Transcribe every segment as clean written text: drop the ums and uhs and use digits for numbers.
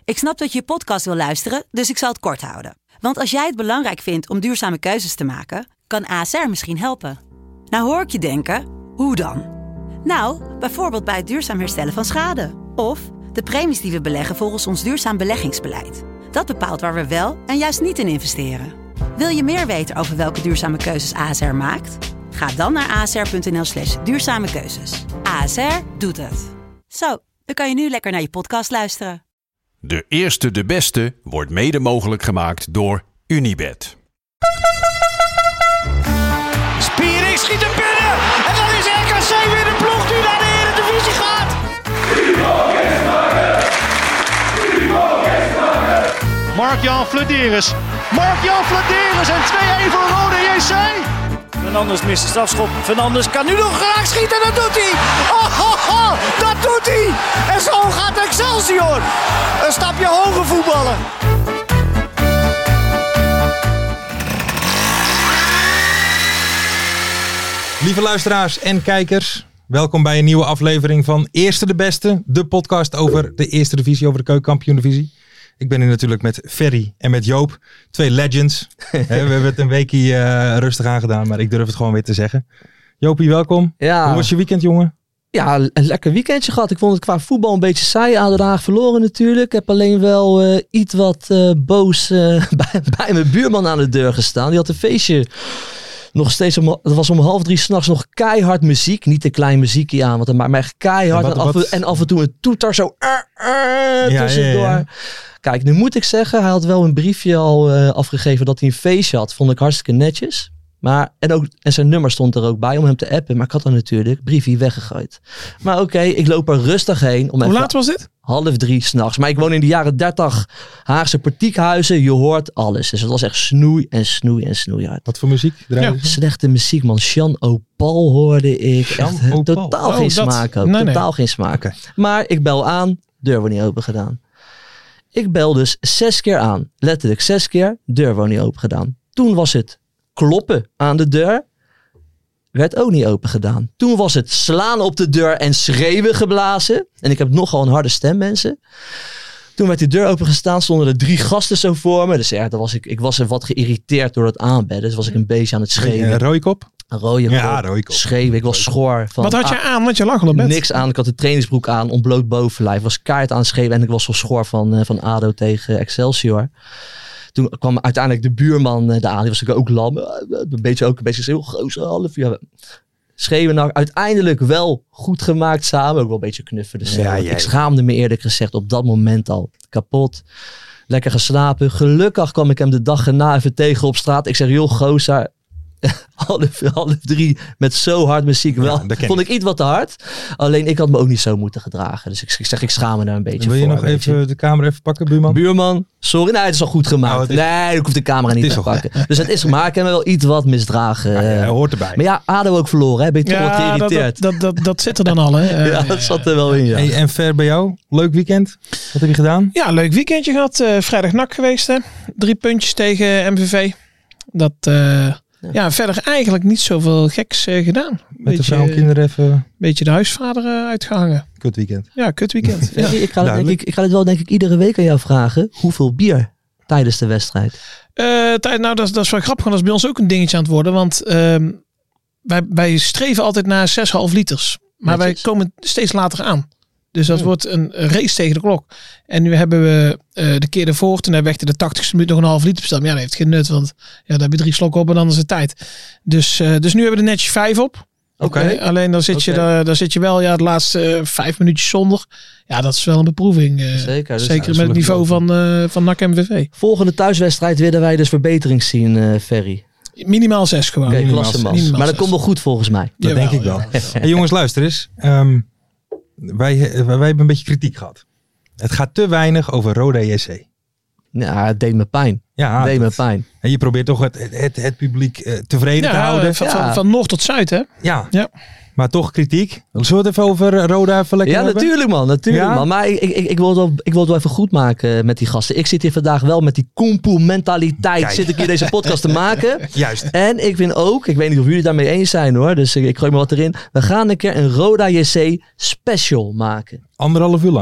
Ik snap dat je podcast wil luisteren, dus ik zal het kort houden. Want als jij het belangrijk vindt om duurzame keuzes te maken, kan ASR misschien helpen. Nou hoor ik je denken, hoe dan? Nou, bijvoorbeeld bij het duurzaam herstellen van schade. Of de premies die we beleggen volgens ons duurzaam beleggingsbeleid. Dat bepaalt waar we wel en juist niet in investeren. Wil je meer weten over welke duurzame keuzes ASR maakt? Ga dan naar asr.nl/duurzame keuzes. ASR doet het. Zo, dan kan je nu lekker naar je podcast luisteren. De eerste, de beste wordt mede mogelijk gemaakt door Unibet. Spiering schiet hem binnen. En dan is RKC weer de ploeg die naar de Eredivisie gaat. Mark-Jan Flederis. Mark-Jan Flederis en 2-1 voor Rode JC. Fernandes mist de strafschop. Fernandes kan nu nog graag schieten. Dat doet hij. Dat doet hij. En zo gaat Excelsior. Een stapje hoger voetballen. Lieve luisteraars en kijkers, welkom bij een nieuwe aflevering van Eerste de Beste. De podcast over de Eerste Divisie, over de Keukenkampioen-divisie. Ik ben hier natuurlijk met Ferry en met Joop, twee legends. We hebben het een weekje rustig aangedaan, maar ik durf het gewoon weer te zeggen. Joopie, welkom. Ja. Hoe was je weekend, jongen? Ja, een lekker weekendje gehad. Ik vond het qua voetbal een beetje saai. ADO Den Haag verloren natuurlijk. Ik heb alleen wel iets wat boos bij mijn buurman aan de deur gestaan. Die had een feestje nog steeds, het was om 2:30 s'nachts nog keihard muziek. Niet een klein muziekje aan, want het maakt mij echt keihard. En af en toe een toeter zo tussendoor. Ja. Kijk, nu moet ik zeggen, hij had wel een briefje al afgegeven dat hij een feestje had. Vond ik hartstikke netjes. Maar, en zijn nummer stond er ook bij om hem te appen. Maar ik had dan natuurlijk briefje weggegooid. Maar oké, ik loop er rustig heen. Hoe laat was dit? 2:30 s'nachts. Maar ik woon in de jaren 30 Haagse partiekhuizen. Je hoort alles. Dus het was echt snoei en snoei en snoeihard. Wat voor muziek draaide? Slechte muziek, man. Jean Opal hoorde ik. Echt totaal geen smaak ook. Nee. Totaal geen smaak. Okay. Maar ik bel aan. Deur wordt niet open gedaan. Ik bel dus 6 keer aan. Letterlijk 6 keer. Deur wordt niet open gedaan. Toen was het kloppen aan de deur. Werd ook niet open gedaan. Toen was het slaan op de deur en schreeuwen geblazen. En ik heb nogal een harde stem, mensen. Toen werd die deur opengestaan, stonden er 3 gasten zo voor me. Dus ja, ik was wat geïrriteerd door het aanbedden. Dus was ik een beetje aan het schreeuwen. Een rode kop? Een rode kop. Ja, rode kop. Schreeuwen, ik was schor. Wat had je aan? Want je lag al op bed. Niks aan. Ik had de trainingsbroek aan, ontbloot bovenlijf. Was keihard aan het schreeuwen en ik was zo schor van ADO tegen Excelsior. Toen kwam uiteindelijk de buurman aan. Die was natuurlijk ook lam. Een beetje heel groot. Ja. Schreeuwen nou uiteindelijk wel goed gemaakt samen. Ook wel een beetje knuffelen. Dus ik schaamde me eerlijk gezegd op dat moment al kapot. Lekker geslapen. Gelukkig kwam ik hem de dag erna even tegen op straat. Ik zeg, joh gozer. 2:30 met zo hard muziek. Wel, vond ik iets wat te hard. Alleen ik had me ook niet zo moeten gedragen. Dus ik zeg, ik schaam me daar een beetje voor. Wil je nog even de camera even pakken, buurman? Buurman, sorry. Nee, het is al goed gemaakt. Nee, ik hoef de camera niet te pakken. Dus het is gemaakt. Ik heb me wel iets wat misdragen. Ja, hoort erbij. Maar ja, ADO ook verloren. Hè? Ben je toch wat geïrriteerd? Dat zit er dan al. Hè? Ja, dat zat er wel in. Ja. Hey, en Ver bij jou? Leuk weekend? Wat heb je gedaan? Ja, leuk weekendje gehad. Vrijdag NAC geweest. Hè? 3 puntjes tegen MVV. Dat... Ja, verder eigenlijk niet zoveel geks gedaan. Met de vrouw en kinderen even... Een beetje de huisvader uitgehangen. Kut weekend. Ja, kut weekend. Ja. Ik ga dit wel denk ik iedere week aan jou vragen. Hoeveel bier tijdens de wedstrijd? Dat is wel grappig. Want dat is bij ons ook een dingetje aan het worden. Want wij streven altijd naar 6,5 liters. Maar wij komen steeds later aan. Dus dat wordt een race tegen de klok. En nu hebben we de keer ervoor, toen hebben we echt in de 80ste minuut nog een half liter besteld. Maar ja, dat heeft geen nut, want dan heb je 3 slokken op en dan is het tijd. Dus nu hebben we er netjes 5 op. Oké. Alleen dan zit je wel de laatste 5 minuutjes zonder. Ja, dat is wel een beproeving. Zeker. Dus zeker met het niveau van NAC MVV. Volgende thuiswedstrijd willen wij dus verbetering zien, Ferry. Minimaal 6 gewoon. Okay, maar dat komt wel goed volgens mij. Dat denk ik wel. Hey, jongens, luister eens. Wij hebben een beetje kritiek gehad. Het gaat te weinig over Roda JC. Ja, het deed me pijn. Ja, En je probeert toch het publiek tevreden te houden. Van noord tot zuid, hè? Ja. Maar toch kritiek. Zullen we het even over Roda even lekker hebben? Natuurlijk man. Maar ik wil het wel even goed maken met die gasten. Ik zit hier vandaag wel met die kompoe-mentaliteit. Zit ik hier deze podcast te maken. Juist. En ik vind ook, ik weet niet of jullie daarmee eens zijn hoor. Dus ik gooi me wat erin. We gaan een keer een Roda JC special maken. 1,5 uur lang.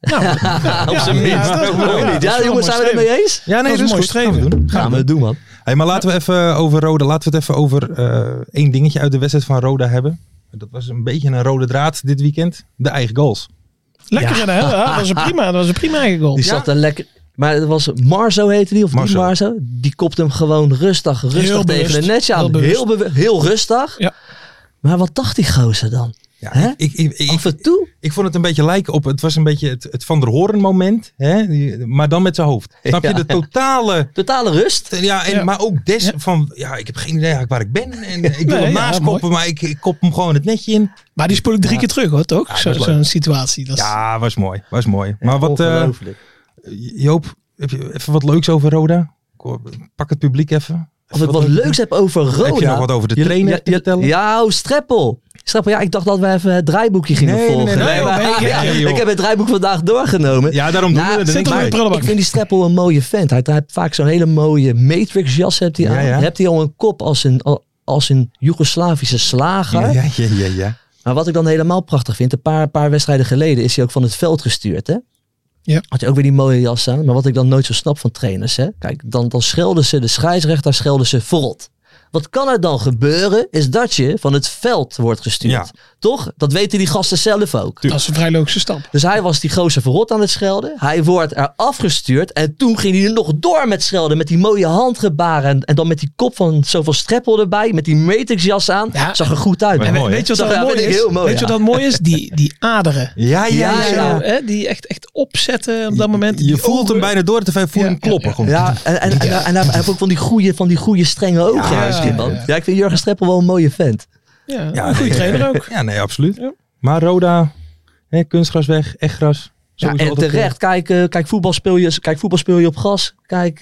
Op zijn minst. Ja, jongens, zijn we het mee eens? Ja, nee, Dat is dat een is mooi goed. Gaan we doen. Gaan we het doen, man. Hey, maar laten we even over Roda. Laten we het even over één dingetje uit de wedstrijd van Roda hebben. Dat was een beetje een rode draad dit weekend. De eigen goals. Lekker hè? Ja, dat was een prima eigen goal. Die zat er lekker... Maar het was Marzo heette die, of Marzo. die Marzo. Die kopte hem gewoon rustig Heel tegen bewust. het netje aan. Heel rustig. Ja. Maar wat dacht die gozer dan? Ja, Hè? ik Af en toe? vond het een beetje lijken op... Het was een beetje het Van der Hoorn moment. Hè? Maar dan met zijn hoofd. Snap je? Ja. De totale... Totale rust. Ja, en, Ja. maar ook van... Ja, ik heb geen idee eigenlijk waar ik ben. En ik wil Nee, hem ja, naast koppen, maar ik kop hem gewoon het netje in. Maar die spoel ik 3 keer terug hoor, toch? Ja, dat is Zo'n leuk. situatie. Dat is... Ja, was mooi. Was mooi. Maar wat... Ongelooflijk. Joop, heb je even wat leuks over Roda? Pak het publiek even. Of ik wat leuks heb over Roda. Heb je nog wat over de trainer te vertellen? Ja, Streppel. Ja, ik dacht dat we even het draaiboekje gingen Nee, volgen. nee, nee, joh. Ik heb het draaiboek vandaag doorgenomen. Ja, daarom doen Nou, we het. zet denk hem ik in de bij. prullenbak. Ik vind die Streppel een mooie vent. Hij heeft vaak zo'n hele mooie Matrix jas aan. Ja, ja. Hebt hij al een kop als een Joegoslavische slager. Ja. Maar wat ik dan helemaal prachtig vind, een paar wedstrijden geleden is hij ook van het veld gestuurd. Hè? Ja. Had hij ook weer die mooie jas aan. Maar wat ik dan nooit zo snap van trainers. Hè? Kijk, dan schelden ze de scheidsrechter, schelden ze verrot. Wat kan er dan gebeuren, is dat je van het veld wordt gestuurd. Ja. Toch? Dat weten die gasten zelf ook. Dat is een vrij logische stap. Dus hij was die gozer verrot aan het schelden. Hij wordt er afgestuurd. En toen ging hij er nog door met schelden. Met die mooie handgebaren. En dan met die kop van zoveel Streppel erbij. Met die Matrix-jas aan. Ja. Zag er goed uit. Maar En man. mooi, weet je wat hè? dat Ja, mooi vind ik is? heel mooi, Weet je ja. wat mooi is? Die aderen. Ja. Ja. Zo, hè? Die echt opzetten op dat moment. Je Die voelt ogen. hem bijna door te veel. Voel Ja, hem kloppen. ja, Gewoon. Ja, en hij heeft ook van die goede strenge ogen. Ja, heeft hij, man. ja. Ja, ik vind Jurgen Streppel wel een mooie vent. Ja, een goede trainer ook. Ja, nee, absoluut. Ja. Maar Roda, kunstgras weg, echt gras. Ja, Sowieso en altijd, terecht. Kijk, voetbal speel je op gas. Kijk,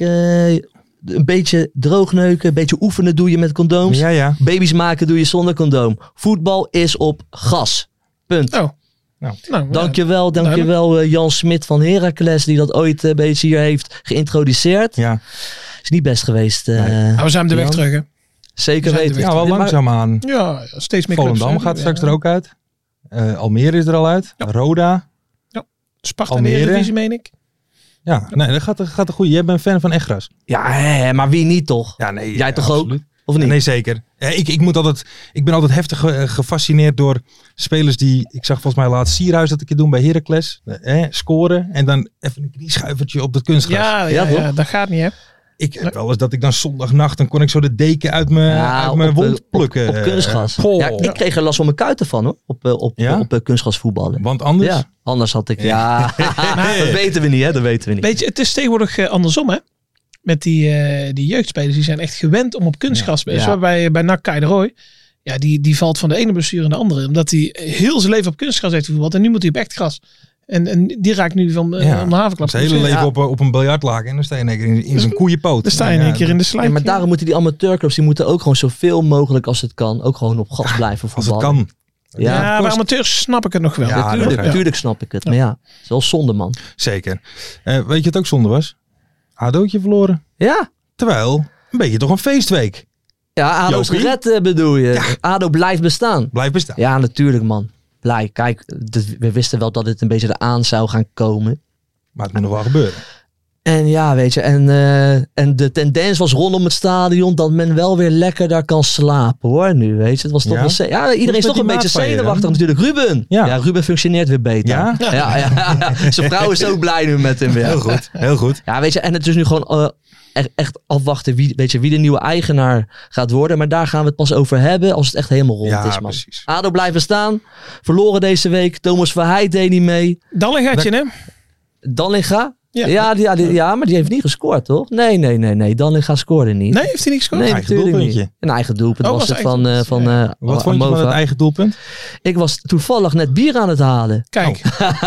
een beetje droogneuken. Een beetje oefenen doe je met condooms. Ja. Baby's maken doe je zonder condoom. Voetbal is op gas. Punt. Oh. Nou, ja. Dankjewel Jan Smit van Heracles die dat ooit een beetje hier heeft geïntroduceerd. Ja. Is niet best geweest. Maar we zijn de weg Jan. terug hè. Zeker we zijn weten. de Ja, wel Maar- langzaamaan. Ja, steeds meer clubs. Volendam hè. gaat straks Ja. er ook uit. Almere is er al uit. Ja. Roda. Sparta in de Almere. Eredivisie meen ik. Ja, nee, dat gaat een goeie. Jij bent fan van Echtgras. Ja, maar wie niet toch? Ja, nee. Jij toch ook? absoluut. Of niet? Nee, zeker. Ik ben altijd heftig gefascineerd door spelers die... Ik zag volgens mij laatst Sierhuis dat ik het doen bij Heracles. Scoren en dan even een knieschuivertje op het kunstgras. Ja, toch? dat gaat niet hè. Ik heb wel eens dat ik dan zondagnacht... dan kon ik zo de deken uit mijn wond plukken. Op kunstgras. Goh. Ja, ik kreeg er last van mijn kuiten van hoor. Op kunstgras voetballen. Want anders... Ja, anders had ik... Ja, dat weten we niet hè. Dat weten we niet. Weet je, het is tegenwoordig andersom hè. Met die jeugdspelers, die zijn echt gewend om op kunstgras te spelen. Ja. Zoals bij NAC Kai de Roy. Ja, die valt van de ene blessure in de andere. Omdat hij heel zijn leven op kunstgras heeft gevoetbald. En nu moet hij op echt gras. En die raakt nu om de havenklap. Zijn hele leven op een biljartlaken. En dan sta je in één keer in zijn koeienpoot. Dan sta je in één keer in de slijm. Ja, maar daarom moeten die amateurclubs, die moeten ook gewoon zoveel mogelijk als het kan, ook gewoon op gas blijven Als het voetballen. kan. Ja, Ja, bij amateurs snap ik het nog wel. Ja, natuurlijk, dat natuurlijk snap ik het. Maar ja, het is wel zonde man. Zeker. Weet je wat ook zonde was? ADO'tje verloren. Ja, Terwijl, een beetje toch een feestweek. ja ADO's Jopie? gered bedoel je. ADO blijft bestaan. Blijf bestaan. Ja, natuurlijk man. Blij. Kijk, we wisten wel dat het een beetje eraan zou gaan komen. Maar het moet nog wel gebeuren. En ja, weet je, en de tendens was rondom het stadion dat men wel weer lekker daar kan slapen hoor, nu weet je. Het was toch Ja? wel iedereen is met toch die een beetje maat van je, zenuwachtig hè? natuurlijk. Ruben! Ja. Ja, Ruben functioneert weer beter. Ja? Ja. Zijn vrouw is ook blij nu met hem weer. Heel goed, heel goed. Ja, weet je, en het is nu gewoon echt afwachten wie de nieuwe eigenaar gaat worden. Maar daar gaan we het pas over hebben als het echt helemaal rond Ja, is, man. precies. ADO blijven staan. Verloren deze week. Thomas Verheid deed niet mee. Dallingaatje hè. Dallinga? Ja. Ja, maar die heeft niet gescoord, toch? Nee. Dallinga scoorde niet. Nee, heeft hij niet gescoord? Nee, Eigen natuurlijk doelpuntje. niet. Een eigen doelpunt Oh, was was het eigen van doelpunt. Wat vond je van Amova. het eigen doelpunt? Ik was toevallig net bier aan het halen. Kijk.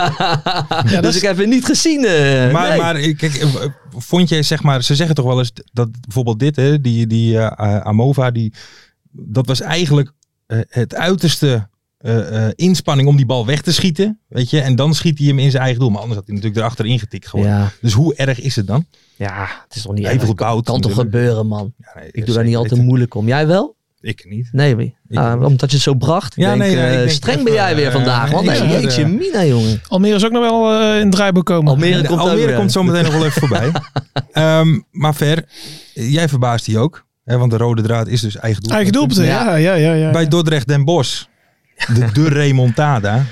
Dus dat is- ik heb het niet gezien. Maar kijk, vond jij, zeg maar, ze zeggen toch wel eens dat bijvoorbeeld dit, hè, die Amova, dat was eigenlijk het uiterste inspanning om die bal weg te schieten, weet je, en dan schiet hij hem in zijn eigen doel, maar anders had hij natuurlijk erachter ingetikt geworden. Ja. Dus hoe erg is het dan? Ja, het is toch niet Even erg. gebouwd Kan toch natuurlijk. gebeuren, man. Ja, nee, Ik doe daar niet altijd moeilijk om. Jij wel? Ik niet. Nee, omdat je het zo bracht. Ja, Ik denk, ik denk streng even, ben jij weer vandaag, man. Nee, jeetje, Mina, jongen. Almere is ook nog wel in het draaiboek komen. Almere komt zo meteen nog wel even voorbij. Maar Ver, jij verbaast die ook. Hè, want de rode draad is dus eigen doelpunt. Eigen doelpunten, ja. Bij Dordrecht Den Bosch. De remontada.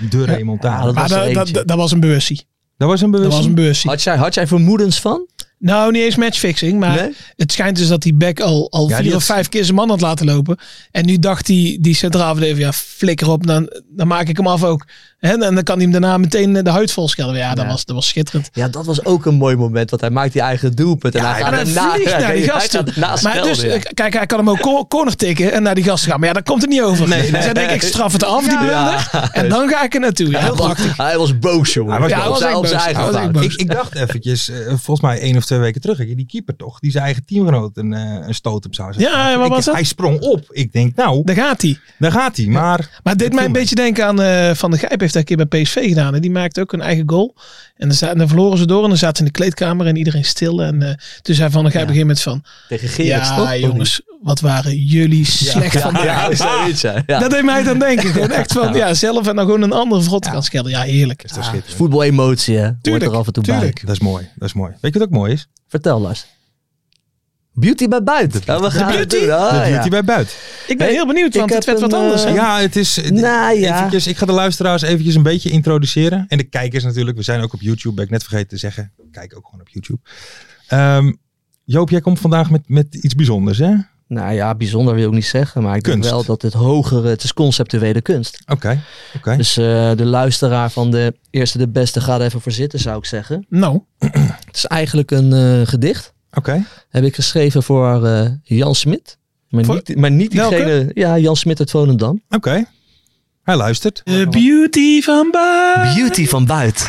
Dat was een beursie. Dat was een beursie. Had jij vermoedens van? Nou, niet eens matchfixing, maar het schijnt dus dat die back al 4 of 5 keer zijn man had laten lopen. En nu dacht die centraal verdediger, flikker op, dan maak ik hem af ook. En dan kan hij hem daarna meteen de huid vol schelden. Ja, dat was schitterend. Ja, dat was ook een mooi moment, want hij maakt die eigen doelpunt. En hij vliegt naar die gasten. Maar dus, kijk, hij kan hem ook corner tikken en naar die gasten gaan. Maar ja, daar komt het niet over. Dus hij denkt, ik straf het af, die blunder. En dan ga ik er naartoe. Ja, heel prachtig. Hij was boos, jongen. Hij was op zijn eigen fout. Ik dacht eventjes, volgens mij 1 of 2 weken terug, die keeper toch, die zijn eigen teamgenoot een stoot op zou zetten. Ja, wat was dat? Hij sprong op. Ik denk, nou, daar gaat hij. Maar het deed mij een beetje denken aan Van der Gijp heeft dat een keer bij PSV gedaan. En die maakte ook een eigen goal. En dan verloren ze door en dan zaten ze in de kleedkamer en iedereen stil. En toen zei Van der Gijp op een gegeven moment van... Tegen Gerrits, toch? Jongens, wat waren jullie slecht vandaag. Dat deed mij dan denken. Gewoon echt van, zelf en dan gewoon een andere vrot kan schelden. Ja, heerlijk. Voetbal-emotie, hè? Hoort er af en toe bij. Dat is mooi. Weet je wat ook mooi is? Vertel, Lars. Beauty bij buiten. De beauty bij buiten. Ik ben heel benieuwd, want het werd wat anders. Ja, het is... Eventjes, ik ga de luisteraars eventjes een beetje introduceren. En de kijkers natuurlijk. We zijn ook op YouTube. Ben ik net vergeten te zeggen. Kijk ook gewoon op YouTube. Joop, jij komt vandaag met iets bijzonders, hè? Nou ja, bijzonder wil ik niet zeggen. Maar ik denk wel dat het hogere... Het is conceptuele kunst. Oké. Dus de luisteraar van de eerste de beste gaat even voor zitten, zou ik zeggen. Nou. Het is eigenlijk een gedicht. Oké. Heb ik geschreven voor Jan Smit. Maar niet diegene... Ja, Jan Smit uit Volendam. Oké. Hij luistert. De beauty van buiten. Beauty van buiten.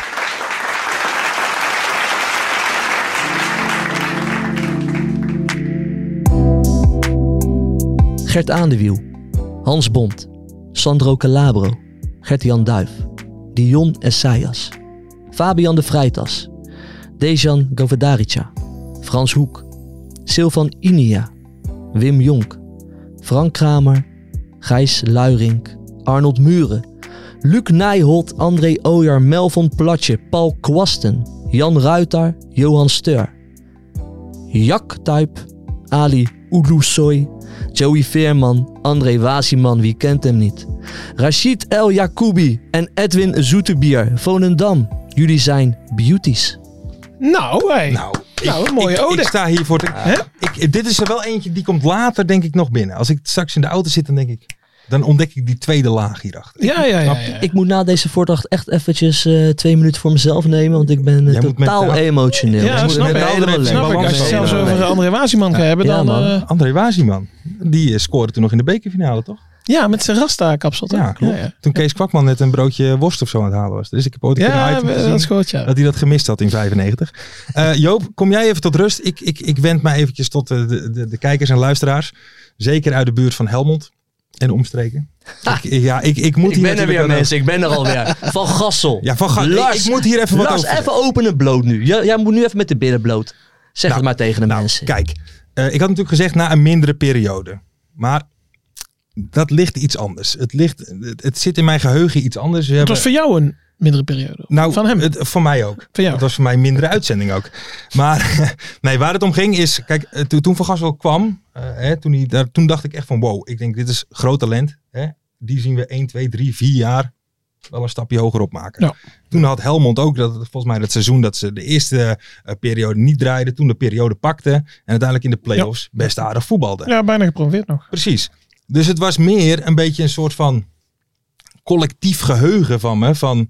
Gert Aandewiel. Hans Bond. Sandro Calabro. Gert-Jan Duif. Dion Essayas. Fabian de Vrijtas. Dejan Govedarica. Frans Hoek, Silvan Inia, Wim Jonk, Frank Kramer, Gijs Luirink, Arnold Muren, Luc Nijholt, André Ooyer, Melvin Platje, Paul Kwasten, Jan Ruiter, Johan Steur, Jack Tuip, Ali Oudousoy, Joey Veerman, André Waziman, wie kent hem niet, Rashid El Yacoubi en Edwin Zoetebier, Volendam. Jullie zijn beauties. Nou, een mooie ode. Ik sta hier voor dit is er wel eentje die komt later denk ik nog binnen. Als ik straks in de auto zit, dan ontdek ik die tweede laag hierachter. Ja. Ik moet na deze voordracht echt eventjes 2 minuten voor mezelf nemen, want ik ben totaal emotioneel. Ja, snap ik. Als je het zelfs over André Waziman gaat hebben, dan... André Waziman, die scoorde toen nog in de bekerfinale, toch? Ja, met zijn Rasta-kapsel. Ja, klopt. Ja. Toen Kees Kwakman net een broodje worst of zo aan het halen was. Dus ik heb ooit een item gezien dat hij dat gemist had in 95. Joop, kom jij even tot rust. Ik wend mij eventjes tot de kijkers en luisteraars. Zeker uit de buurt van Helmond en omstreken. Ik moet hier ben er weer, mensen. Ik ben er alweer. Van Gassel. Ja, van Gassel. Ik moet hier even wat over. Lars, even openen bloot nu. Jij moet nu even met de billen bloot. Zeg het maar tegen de mensen. Kijk, ik had natuurlijk gezegd na een mindere periode. Maar... dat ligt iets anders. Het zit in mijn geheugen iets anders. Het was voor jou een mindere periode. Nou, van hem. Voor mij ook. Het was voor mij een mindere uitzending ook. Maar nee, waar het om ging is... Kijk, toen Van Gassel kwam... toen dacht ik echt van wow. Ik denk, dit is groot talent. Die zien we 1, 2, 3, 4 jaar... wel een stapje hoger opmaken. Ja. Toen had Helmond ook volgens mij dat seizoen... dat ze de eerste periode niet draaiden. Toen de periode pakte. En uiteindelijk in de play-offs best aardig voetbalde. Ja, bijna geprobeerd nog. Precies. Dus het was meer een beetje een soort van collectief geheugen van me.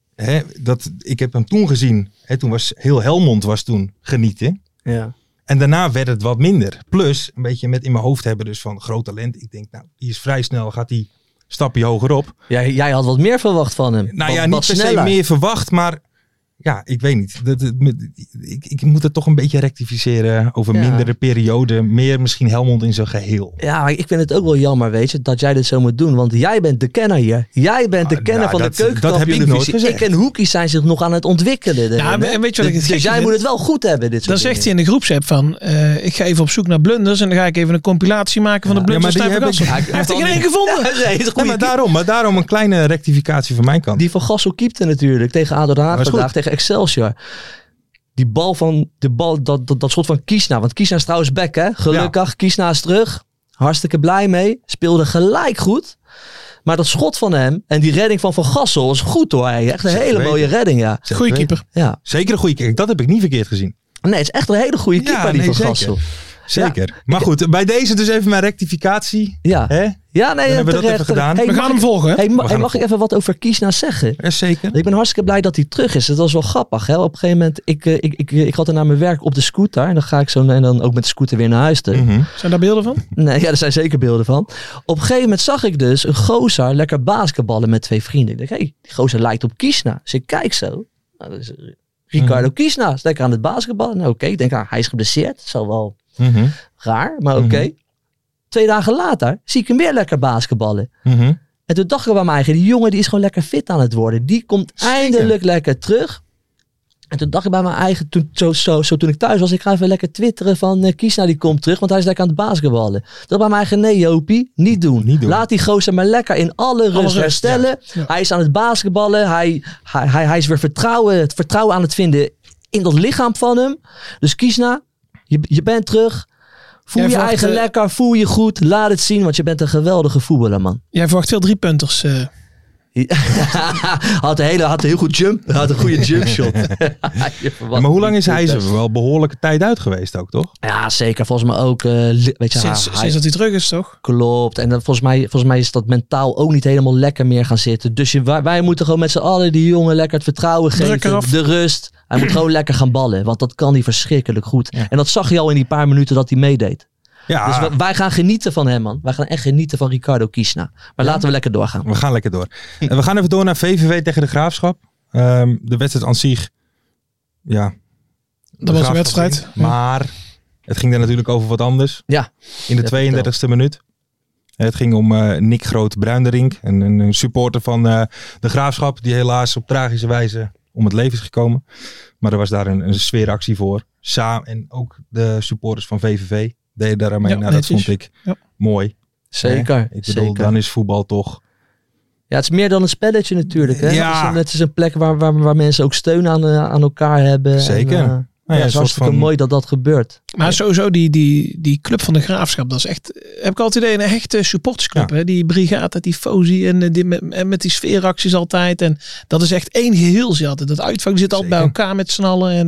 Dat ik heb hem toen gezien. Toen was heel Helmond was toen genieten. Ja. En daarna werd het wat minder. Plus een beetje met in mijn hoofd hebben dus van groot talent. Ik denk die is vrij snel, gaat die stapje hoger op. Jij had wat meer verwacht van hem. Nou ja, niet per se meer verwacht, maar Ja, ik weet niet. Ik moet het toch een beetje rectificeren over mindere periode. Meer misschien Helmond in zijn geheel. Ja, maar ik vind het ook wel jammer, weet je, dat jij dit zo moet doen. Want jij bent de kenner hier. Jij bent de kenner van de keukenkampioen. Dat heb ik nooit gezegd. Ik en Hoekie zijn zich nog aan het ontwikkelen. Ja, en weet je wat ik het dus jij moet het wel goed hebben, dit Dan zegt hij in de groepsapp van, ik ga even op zoek naar blunders en dan ga ik even een compilatie maken van de blunders. Ja, Hij heeft er geen één gevonden. Maar daarom een kleine rectificatie van mijn kant. Die van Gassel keepte natuurlijk tegen ADO Den Haag vandaag, tegen Excelsior. Die bal dat schot van Kiesna. Want Kiesna is trouwens back, hè? Gelukkig, ja. Kiesna is terug. Hartstikke blij mee. Speelde gelijk goed. Maar dat schot van hem en die redding van Gassel was goed hoor. Echt een hele mooie redding, ja. Goeie keeper. Ja. Zeker een goede keeper. Dat heb ik niet verkeerd gezien. Nee, het is echt een hele goede keeper die van Gassel. Zeker. Ja. Maar goed, bij deze dus even mijn rectificatie. Ja. Hè? Ja, nee, dan hebben we dat even gedaan. We gaan hem volgen. Mag ik even wat over Kiesna zeggen? Ja, zeker. Ik ben hartstikke blij dat hij terug is. Dat was wel grappig. Hè? Op een gegeven moment, ik had er naar mijn werk op de scooter. En dan ga ik zo en dan ook met de scooter weer naar huis. Zijn daar beelden van? Nee, ja, er zijn zeker beelden van. Op een gegeven moment zag ik dus een gozer lekker basketballen met 2 vrienden. Ik dacht, die gozer lijkt op Kiesna. Dus ik kijk zo. Nou, dat is Ricardo Kiesna. Is lekker aan het basketballen. Nou, oké. Ik denk, hij is geblesseerd. Dat zal wel raar, maar oké. 2 dagen later zie ik hem weer lekker basketballen. En toen dacht ik bij mij eigen, die jongen die is gewoon lekker fit aan het worden. Die komt eindelijk lekker terug. En toen dacht ik bij mijn eigen, toen ik thuis was, ik ga even lekker twitteren van Kiesna die komt terug, want hij is lekker aan het basketballen. Toen bij mijn eigen, nee Jopie, niet doen. Laat die gozer maar lekker in alle rust herstellen. Ja. Hij is aan het basketballen, hij is weer vertrouwen aan het vinden in dat lichaam van hem. Dus Kiesna, je bent terug. Voel je eigen lekker, voel je goed, laat het zien, want je bent een geweldige voetballer, man. Jij verwacht veel 3-punters. Had een heel goed jump. Had een goede jumpshot. Maar hoe lang is hij wel behoorlijke tijd uit geweest ook, toch? Ja, zeker. Volgens mij ook. Weet je, sinds dat hij terug is, toch? Klopt. En volgens mij is dat mentaal ook niet helemaal lekker meer gaan zitten. Dus wij moeten gewoon met z'n allen die jongen lekker het vertrouwen geven. De rust. Hij moet gewoon lekker gaan ballen. Want dat kan hij verschrikkelijk goed. Ja. En dat zag je al in die paar minuten dat hij meedeed. Ja. Dus wij gaan genieten van hem, man. Wij gaan echt genieten van Ricardo Kiesna. Maar laten we lekker doorgaan. We gaan lekker door. En we gaan even door naar VVV tegen de Graafschap. De wedstrijd aan zich. Ja. Dat was een wedstrijd. Maar het ging daar natuurlijk over wat anders. Ja. In de 32e minuut. Het ging om Nick Groot-Bruinderink. Een supporter van de Graafschap. Die helaas op tragische wijze om het leven is gekomen. Maar er was daar een sfeeractie voor. En ook de supporters van VVV deden daar aan mee. Nou, dat vond ik mooi. Zeker. Ik bedoel, dan is voetbal toch... Ja, het is meer dan een spelletje natuurlijk. Hè? Ja. Het is een plek waar mensen ook steun aan elkaar hebben. Zeker. En, het is hartstikke mooi dat dat gebeurt. Maar sowieso die club van de Graafschap, dat is echt, heb ik altijd idee, een echte supportersclub. Ja. Hè? Die brigade, die Fosi en met die sfeeracties altijd. En dat is echt één geheel. Ze hadden dat uitvak zit altijd bij elkaar met z'n allen.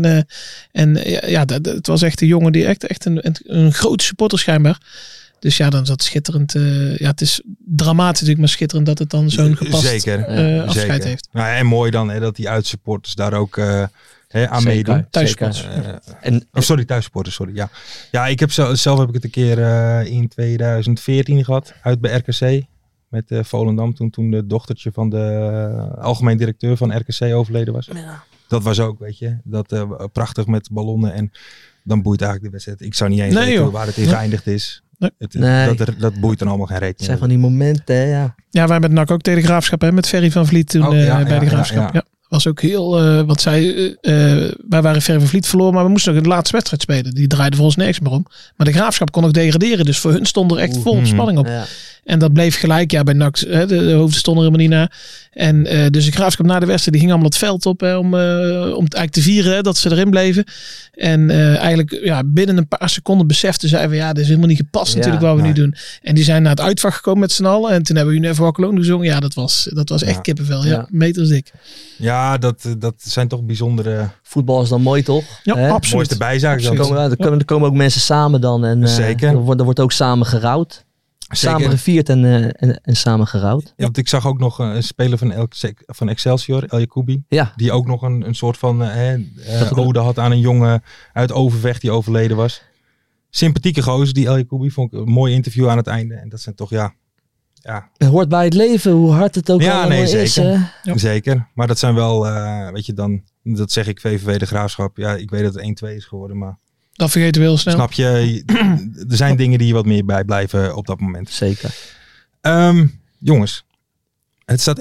Het was echt een jongen die echt een grote supporter schijnbaar. Dus ja, dan is dat schitterend. Het is dramatisch natuurlijk, maar schitterend dat het dan zo'n gepast afscheid heeft. Nou, en mooi dan dat die uitsupporters daar ook aan meedoen. Thuisupporters. Thuisupporters, sorry. Ja, ik heb zelf heb ik het een keer in 2014 gehad, uit bij RKC. Met Volendam, toen de dochtertje van de algemeen directeur van RKC overleden was. Ja. Dat was ook, weet je, dat prachtig met ballonnen en dan boeit eigenlijk de wedstrijd. Ik zou niet eens weten waar het in geëindigd is. Nee. Dat boeit dan allemaal geen reet. Het zijn van die momenten, ja. Ja, wij hebben het NAC ook tegen de Graafschap, hè, met Ferry van Vliet toen bij de Graafschap. Ja. Was ook heel, wat wij waren Ferry van Vliet verloren, maar we moesten nog de laatste wedstrijd spelen. Die draaide voor ons nergens meer om. Maar de Graafschap kon nog degraderen, dus voor hun stond er echt vol spanning op. Ja. En dat bleef gelijk, bij NAC, de hoofden stonden er helemaal niet na. En dus de Graafschap na de wedstrijd, die ging allemaal het veld op om eigenlijk te vieren dat ze erin bleven. En eigenlijk binnen een paar seconden beseften zij van dit is helemaal niet gepast natuurlijk wat we nu doen. En die zijn naar het uitvak gekomen met z'n allen. En toen hebben we Never Walk Alone gezongen. Ja, dat was echt kippenvel. Metersdik. Ja, dat zijn toch bijzondere... Voetbal is dan mooi, toch? Ja, absoluut. Mooiste bijzaak. Er komen ook mensen samen dan. En, zeker. Er wordt ook samen gerouwd. Samen gevierd en samen gerouwd. Ja, want ik zag ook nog een speler van Excelsior, El Jacoubi. Ja. Die ook nog een soort van ode had aan een jongen uit Overvecht die overleden was. Sympathieke gozer, die El Jacoubi. Vond ik een mooi interview aan het einde. En dat zijn toch ja. Het hoort bij het leven, hoe hard het ook allemaal is. Zeker. Zeker. Maar dat zijn wel, weet je dan, dat zeg ik VVV de Graafschap. Ja, ik weet dat het 1-2 is geworden, maar... Dat vergeten we heel snel. Snap je? Er zijn dingen die je wat meer bijblijven op dat moment. Zeker. Jongens, het staat 1-1.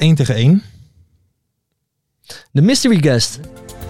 De mystery guest.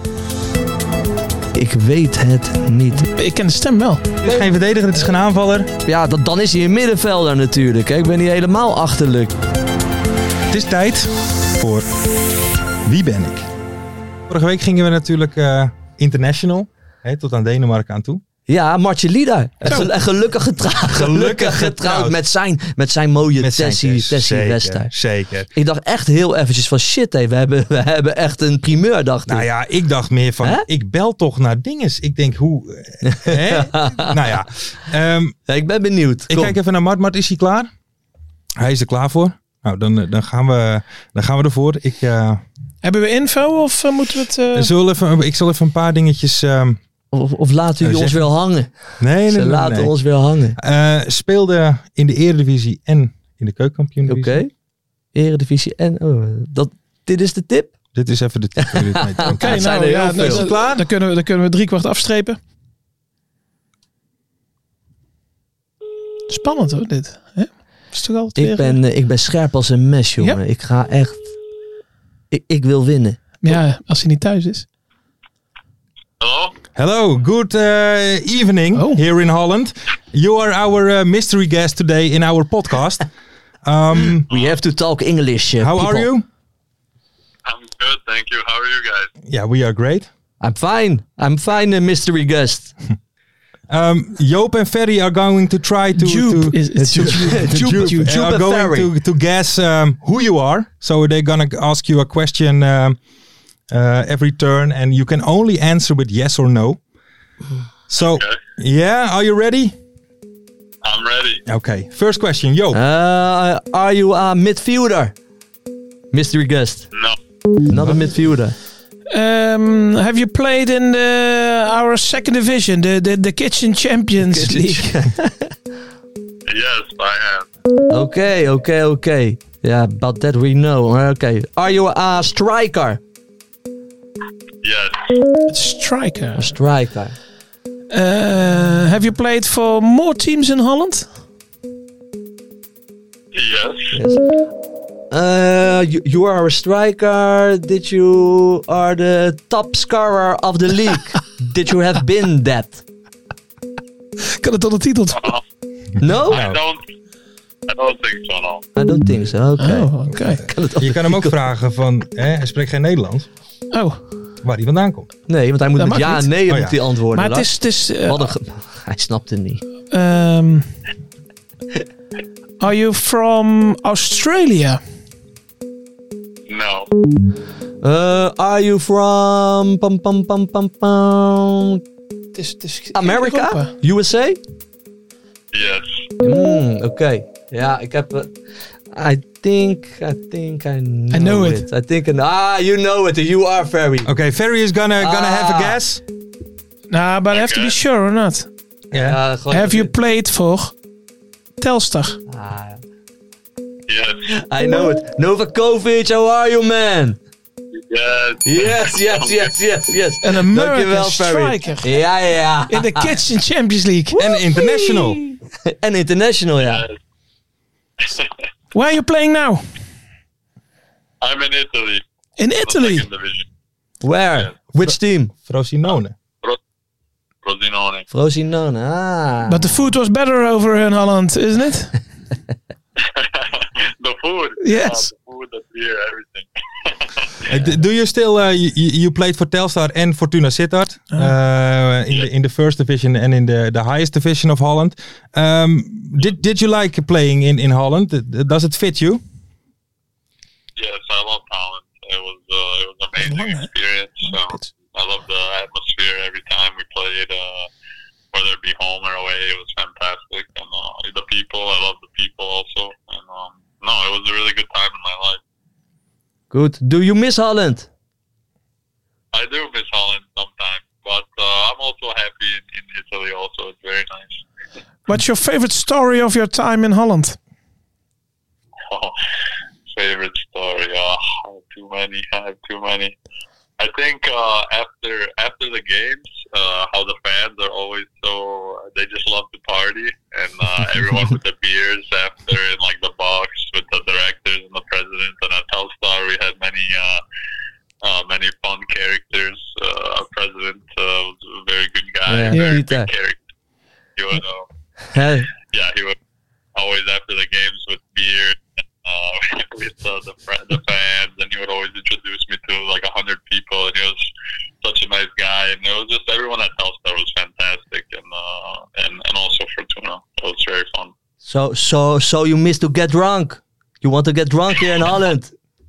Ik weet het niet. Ik ken de stem wel. Het is geen verdediger, het is geen aanvaller. Ja, dan is hij een middenvelder natuurlijk. Hè. Ik ben niet helemaal achterlijk. Het is tijd voor Wie ben ik? Vorige week gingen we natuurlijk international. Tot aan Denemarken aan toe. Ja, Martje Lieder. Gelukkig getrouwd met zijn mooie Tessie Wester. Zeker. Ik dacht echt heel eventjes van shit, we hebben echt een primeur, dacht ik. Nou ja, ik dacht meer van, ik bel toch naar dinges. Ik denk, hoe... Nou ja. Ik ben benieuwd. Ik kijk even naar Mart. Mart, is hij klaar? Hij is er klaar voor. Nou, dan gaan we ervoor. Hebben we info of moeten we het... Ik zal even een paar dingetjes... Of laten jullie ons weer hangen? Nee. Ze laten ons weer hangen. Speelde in de Eredivisie en in de Keukenkampioen-divisie. Oké. Eredivisie en... dit is de tip? Dit is even de tip. Oké, nou ja, is het klaar? Dan kunnen we 3/4 afstrepen. Spannend hoor, dit. Hè? Is toch al ik ben scherp als een mes, jongen. Ja? Ik ga echt... Ik wil winnen. Ja, als hij niet thuis is. Hello, good evening here in Holland. You are our mystery guest today in our podcast. We have to talk English. How people. are you? I'm good, thank you. How are you guys? Yeah, we are great. I'm fine, mystery guest. Joop and Ferry are going to try to guess who you are. So they're gonna ask you a question every turn, and you can only answer with yes or no. So, yeah, are you ready? I'm ready. Okay, first question, Joop. Are you a midfielder? Mystery guest. No. Not a midfielder. Have you played in our second division, the Kitchen Champions League? Yes, I have. Okay. Yeah, about that we know. Okay. Are you a striker? Yes. Striker. A striker. Have you played for more teams in Holland? Yes. You are a striker. You are the top scorer of the league. Did you have been that? Kan het ondertiteld? No? I don't think so, no. I don't think so. Okay. Je kan hem ook vragen van, hij spreekt geen Nederlands. Oh. Waar hij vandaan komt. Nee, want hij moet met ja en nee moet hij antwoorden. Maar het is hij snapt het niet. Are you from Australia? No. Are you from America? Europa. USA? Yes. Oké. Ja, ik heb... I think I know it. I think you know it. You are Ferry. Okay, Ferry is gonna have a guess. Nah, but I have to be sure or not. Yeah. Have you played for Telstar? Yes. I know it. Novakovic, how are you, man? Yes. An American striker. Ja. In the Kitchen Champions League. En international. En international, ja. Where are you playing now? I'm in Italy. In Italy? Second division. Where? Yes. Which team? Frosinone. Frosinone. But the food was better over in Holland, isn't it? The food. Yes. The food, the beer, everything. Do you still you played for Telstar and Fortuna Sittard in the first division and in the highest division of Holland? Did you like playing in Holland? Does it fit you? Yes, I love Holland. It was an amazing experience. I love the atmosphere every time we played, whether it be home or away. It was fantastic, and the people. I love the people also, and it was a really good time in my life. Good. Do you miss Holland? I do miss Holland sometimes, but I'm also happy in Italy. Also, it's very nice. What's your favorite story of your time in Holland? how the fans are always they just love to party, and everyone with the beers after in like the box with the directors and the president. And at Telstar we had many fun characters. Our president was a very good guy, very good character. He would, he would always after the games with beer with the fans, and he would always introduce me to like 100 people, and he was such a nice guy, and it was just everyone at Telstar was fantastic, and also Fortuna. It was very fun. So you miss to get drunk? You want to get drunk here in Holland?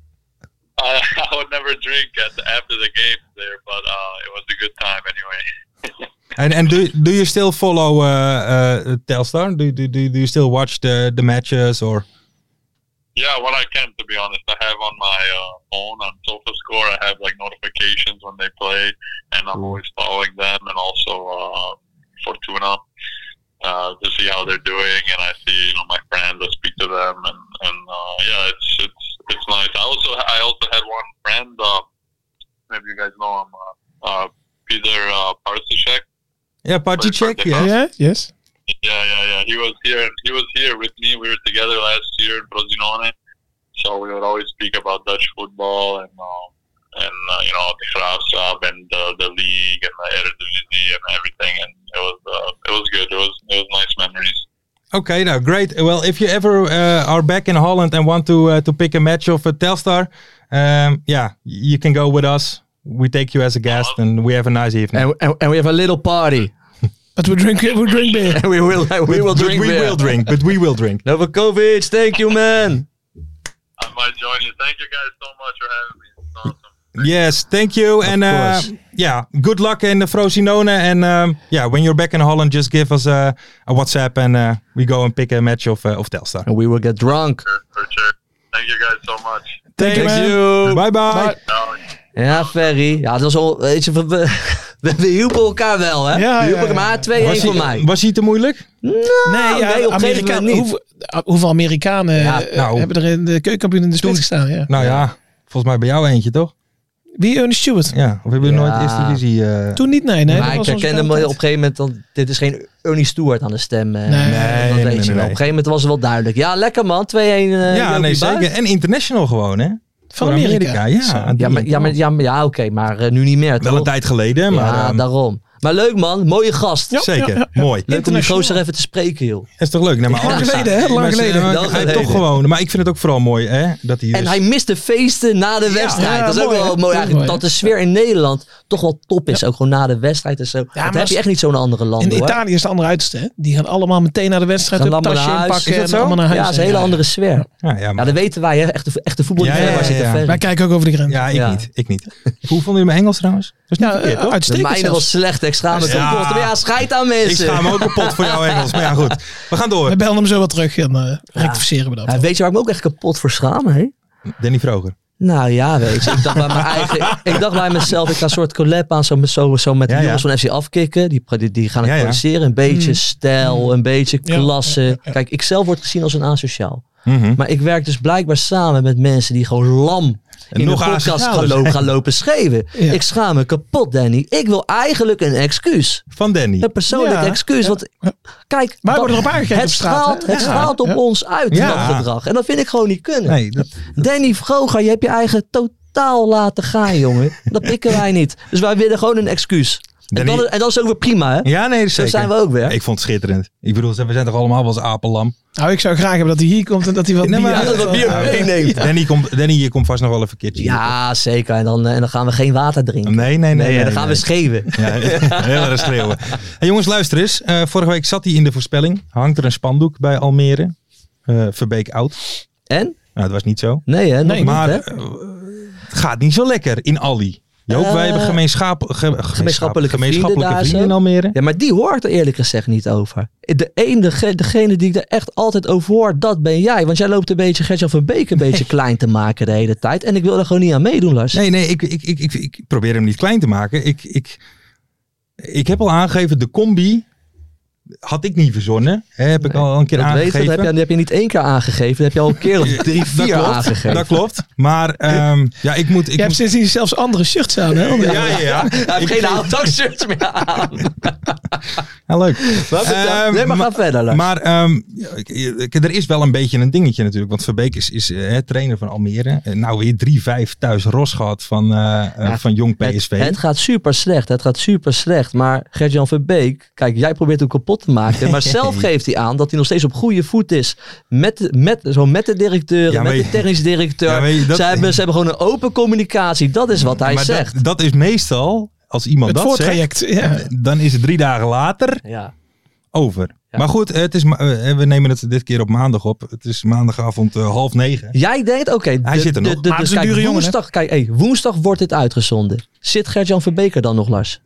I would never drink after the game there, but it was a good time anyway. And do you still follow Telstar? Do you still watch the matches or? Yeah, when I can, to be honest. I have on my phone on SofaScore, I have like notifications when they play, and I'm always following them, and also Fortuna to see how they're doing, and I see my friends. I speak to them, and it's nice. I also had one friend. Maybe you guys know him, Peter Parcicek. Yeah, Parcicek. Yes. Yeah. He was here with me. We were together last year in Frosinone, so we would always speak about Dutch football and the Graafschap and the league and the Eredivisie and everything. And it was good. It was nice memories. Okay, now great. Well, if you ever are back in Holland and want to pick a match of Telstar, you can go with us. We take you as a guest, and we have a nice evening. And we have a little party. But we drink beer. And we will drink beer. But we will drink. Novakovic, thank you, man. I might join you. Thank you guys so much for having me. It's awesome. Yes, thank you. And good luck in the Frosinone. And when you're back in Holland, just give us a WhatsApp, and we go and pick a match of Telstar. And we will get drunk. For sure. Thank you guys so much. Thank you. Bye. Ja, Ferry. Ja, het was al, weet je, we hielpen elkaar wel, hè? Ja, we hielpen elkaar 2-1 voor mij. Was hij te moeilijk? Nee, op een gegeven moment niet. Hoeveel Amerikanen hebben er in de keukenkampioen in de spits gestaan? Ja. Nou ja, volgens mij bij jou eentje, toch? Wie? Ernie Stewart? Ja, of hebben we nooit eerste divisie? Toen niet, nee. Maar ik herkende hem op een gegeven moment, want dit is geen Ernie Stewart aan de stem. Nee. Dat weet je wel. Op een gegeven moment was het wel duidelijk. Ja, lekker man, 2-1. Zeker. En international gewoon, hè? Van Amerika. Ja, oké, maar nu niet meer. Wel toch? een tijd geleden, maar... Ja, daarom. Maar leuk man, mooie gast. Ja, zeker, mooi. Leuk om die gozer even te spreken, joh. Is toch leuk? Nee, maar lang geleden, hè? Lang geleden. Hij toch gewoon. Maar ik vind het ook vooral mooi, hè? Dat hij en hij mist de feesten na de wedstrijd. Dat is ook wel mooi eigenlijk. Dat de sfeer in Nederland toch wel top is. Ook gewoon na de wedstrijd en zo. Dat heb je echt niet zo in andere landen. In Italië is het andere uiterste, hè? Die gaan allemaal meteen naar de wedstrijd. Een tasje inpakken en allemaal naar huis. Ja, dat is een hele andere sfeer. Ja, dat weten wij, hè? Echte voetballiefhebbers zitten ver. Wij kijken ook over de grens. Ja, ik niet. Hoe vonden jullie mijn Engels trouwens? Dat is niet verkeerd, toch? Uitstekend. De mijne was slecht. Ik schaam me kapot. Maar ja, scheid aan mensen. Ik schaam me ook kapot voor jouw Engels. Maar ja, goed. We gaan door. We bellen hem zo wat terug en rectificeren we dat. Weet je waar ik me ook echt kapot voor schaam, hè? Danny Vroger. Nou ja, weet je. Ik dacht bij mezelf, ik ga een soort collab aan zo met de jongens van FC Afkikken. Die gaan het produceren. Een beetje stijl, een beetje klasse. Kijk, ik zelf word gezien als een asociaal. Maar ik werk dus blijkbaar samen met mensen die gewoon lam in de podcast gaan lopen schreeuwen. Ja. Ik schaam me kapot, Danny. Ik wil eigenlijk een excuus. Van Danny. Een persoonlijk excuus. Want kijk, het straalt op ons uit, dat gedrag. En dat vind ik gewoon niet kunnen. Nee, Danny Vroger, je hebt je eigen totaal laten gaan, jongen. Dat pikken wij niet. Dus wij willen gewoon een excuus. En dat is ook weer prima, hè? Ja, nee, zo zijn we ook weer. Ja, ik vond het schitterend. Ik bedoel, we zijn toch allemaal wel eens apenlam. Nou, ik zou graag hebben dat hij hier komt en dat hij wat bier meeneemt. Danny, je komt vast nog wel even een keertje. Ja, zeker. En dan gaan we geen water drinken. Nee. Dan gaan we schreeuwen. Ja, heel erg schreeuwen. Hey, jongens, luister eens. Vorige week zat hij in de voorspelling. Hangt er een spandoek bij Almere. Verbeek oud. En? Nou, dat was niet zo. Nee, hè? Maar het gaat niet zo lekker in Alli. Joop, wij hebben gemeenschappelijke vrienden in Almere. Ja, maar die hoor ik er eerlijk gezegd niet over. Degene die ik er echt altijd over hoor, dat ben jij. Want jij loopt een beetje Gert-Jan Verbeek een beetje klein te maken de hele tijd. En ik wil er gewoon niet aan meedoen, Lars. Nee, ik probeer hem niet klein te maken. Ik heb al aangegeven, de combi had ik niet verzonnen. Heb ik al een keer aangegeven. Dat heb je niet 1 keer aangegeven. Dat heb je al een keer of 3, 4 aangegeven. Dat klopt. Maar ik moet... Je hebt sindsdien zelfs andere shirts aan, hè? Ja. Hij heeft geen houtdagshirts meer aan. Ja, leuk. Nee, maar ga verder. Maar er is wel een beetje een dingetje natuurlijk. Want Verbeek is trainer van Almere. Nou weer 3-5 thuis Ros gehad van jong PSV. Het gaat super slecht. Maar Gert-Jan Verbeek, kijk, jij probeert hem kapot te maken. Maar zelf geeft hij aan dat hij nog steeds op goede voet is. Met de directeur, met de technisch directeur. Ze hebben gewoon een open communicatie. Dat is wat hij zegt. Dat is meestal, als iemand het dat zegt, dan is het 3 dagen later over. Ja. Maar goed, we nemen het dit keer op maandag op. Het is maandagavond 8:30. Jij denkt, oké. Hij zit er nog. Dus kijk, woensdag wordt dit uitgezonden. Zit Gert-Jan Verbeek er dan nog, Lars?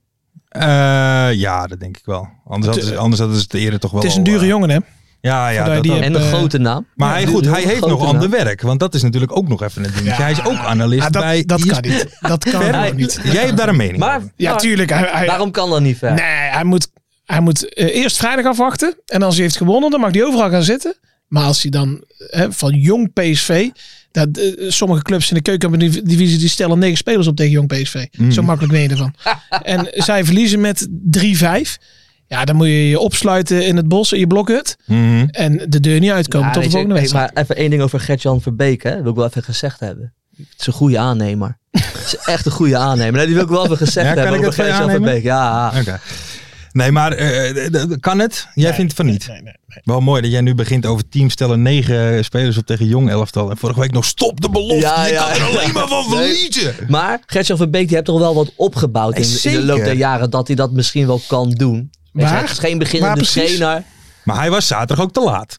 Ja, dat denk ik wel. Anders hadden ze het eerder toch wel. Het is een dure jongen, hè? Ja. En een grote naam. Maar hij heeft nog ander werk. Want dat is natuurlijk ook nog even een dingetje. Hij is ook analist bij... Dat kan niet. Dat kan gewoon niet. Jij hebt daar een mening over. Ja, tuurlijk. Waarom kan dat niet ver? Nee, hij moet eerst vrijdag afwachten. En als hij heeft gewonnen, dan mag hij overal gaan zitten. Maar als hij dan van jong PSV... sommige clubs in de keukendivisie die stellen 9 spelers op tegen jong PSV. Zo makkelijk ben je ervan. En zij verliezen met 3-5. Ja, dan moet je je opsluiten in het bos, in je blokhut. En de deur niet uitkomen tot de volgende wedstrijd. Maar even 1 ding over Gert-Jan Verbeek. Wil ik wel even gezegd hebben. Het is een goede aannemer. Het is echt een goede aannemer. Nee, die wil ik wel even gezegd hebben over Gert-Jan Verbeek. Ja. Okay. Nee, maar kan het? Jij vindt van niet? Nee. Wel mooi dat jij nu begint over teams stellen 9 spelers op tegen jong elftal. En vorige week nog stop de belofte. Je kan er alleen maar van verliezen. Maar Gert-Jan Verbeek die heeft toch wel wat opgebouwd in de loop der jaren. Dat hij dat misschien wel kan doen. Hij is geen beginnende trainer. Maar hij was zaterdag ook te laat.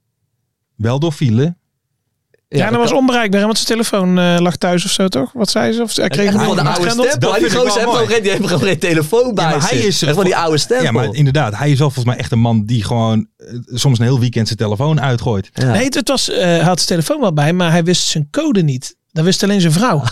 Wel door file. Ja, dat was onbereikbaar, want zijn telefoon lag thuis of zo, toch? Wat zei ze? Of hij kreeg van de oude stempel. Die gozer heeft gewoon geen telefoon bij zich. Hij is van die oude stempel. Ja, maar inderdaad. Hij is wel volgens mij echt een man die gewoon soms een heel weekend zijn telefoon uitgooit. Ja. Nee, hij had zijn telefoon wel bij, maar hij wist zijn code niet. Dat wist alleen zijn vrouw.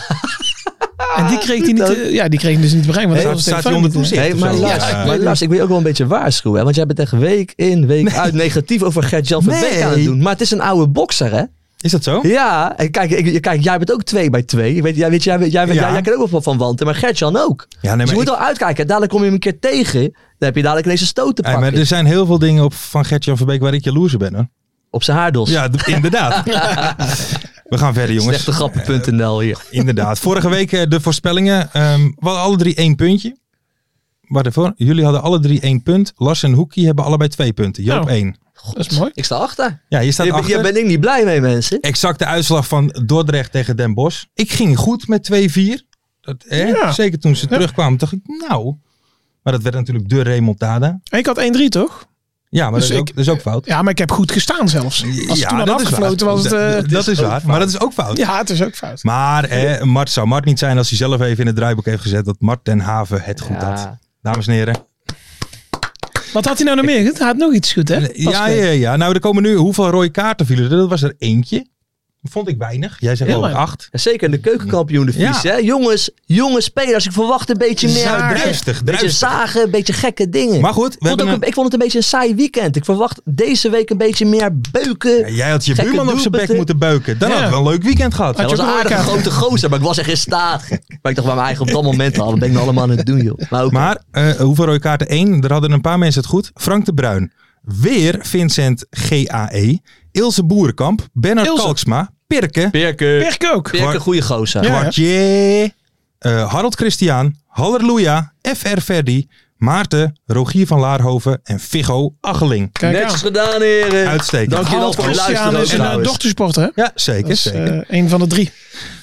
En die kreeg hij niet, die kreeg hij dus niet bereikt. Want staat hij onder toezicht. Maar Lars, ik wil je ook wel een beetje waarschuwen. Hè? Want jij bent echt week in, week uit negatief over Gert-Jan Verbeek aan het doen. Maar het is een oude bokser, hè? Is dat zo? Ja, en kijk, jij bent ook 2 bij 2. Jij kan ook wel van wanten, maar Gert-Jan ook. Ja, dus je moet wel uitkijken. Dadelijk kom je hem een keer tegen. Dan heb je dadelijk deze stoot te pakken. Maar er zijn heel veel dingen van Gert-Jan Verbeek waar ik jaloers op ben. Hè? Op zijn haardos. Ja, inderdaad. We gaan verder, jongens. Slechtegrappen.nl hier. Inderdaad. Vorige week de voorspellingen. We hadden alle 3 1 puntje. Jullie hadden alle 3 1 punt. Lars en Hoekie hebben allebei 2 punten. Joop 1. God, dat is mooi. Ik sta achter. Ja, je staat achter. Hier ben ik niet blij mee, mensen. Exact de uitslag van Dordrecht tegen Den Bosch. Ik ging goed met 2-4. Zeker toen ze terugkwamen, dacht ik, nou. Maar dat werd natuurlijk de remontada. En ik had 1-3, toch? Ja, maar dus dat is ook fout. Ja, maar ik heb goed gestaan zelfs. Als het toen had afgefloten was het... Dat is waar, maar dat is ook fout. Ja, het is ook fout. Maar Mart zou Mart niet zijn als hij zelf even in het draaiboek heeft gezet dat Mart ten Haven het goed had. Dames en heren. Wat had hij nou nog meer? Hij had nog iets goed, hè? Ja. Nou, er komen nu... Hoeveel rode kaarten vielen er? Dat was er eentje. Vond ik weinig. Jij zegt wel 8. Ja, zeker in de keukenkampioen-divisie. Ja. Jonge spelers. Ik verwacht een beetje meer. Een beetje zagen, een beetje gekke dingen. Maar goed. Ik vond het een beetje een saai weekend. Ik verwacht deze week een beetje meer beuken. Ja, jij had je buurman op zijn bek moeten beuken. Dan had ik wel een leuk weekend gehad. Hij was een aardige grote gozer, maar ik was echt in staat. Maar ik dacht bij mijn eigen op dat moment al. Wat ben ik nou allemaal aan het doen, joh. Maar hoeveel rode kaarten? 1. Er hadden een paar mensen het goed. Frank de Bruin. Weer Vincent GAE. Ilse Boerenkamp. Bernard Kalksma. Pirke ook. Pirke, goede gozer. Kwartje. Harold Christian. Halleluja. FR Verdi. Maarten. Rogier van Laarhoven. En Viggo Acheling. Netjes gedaan, heren. Uitstekend. Dankjewel voor het luisteren. Het is een dochtersport, hè? Ja, zeker. Zeker. Een van de 3.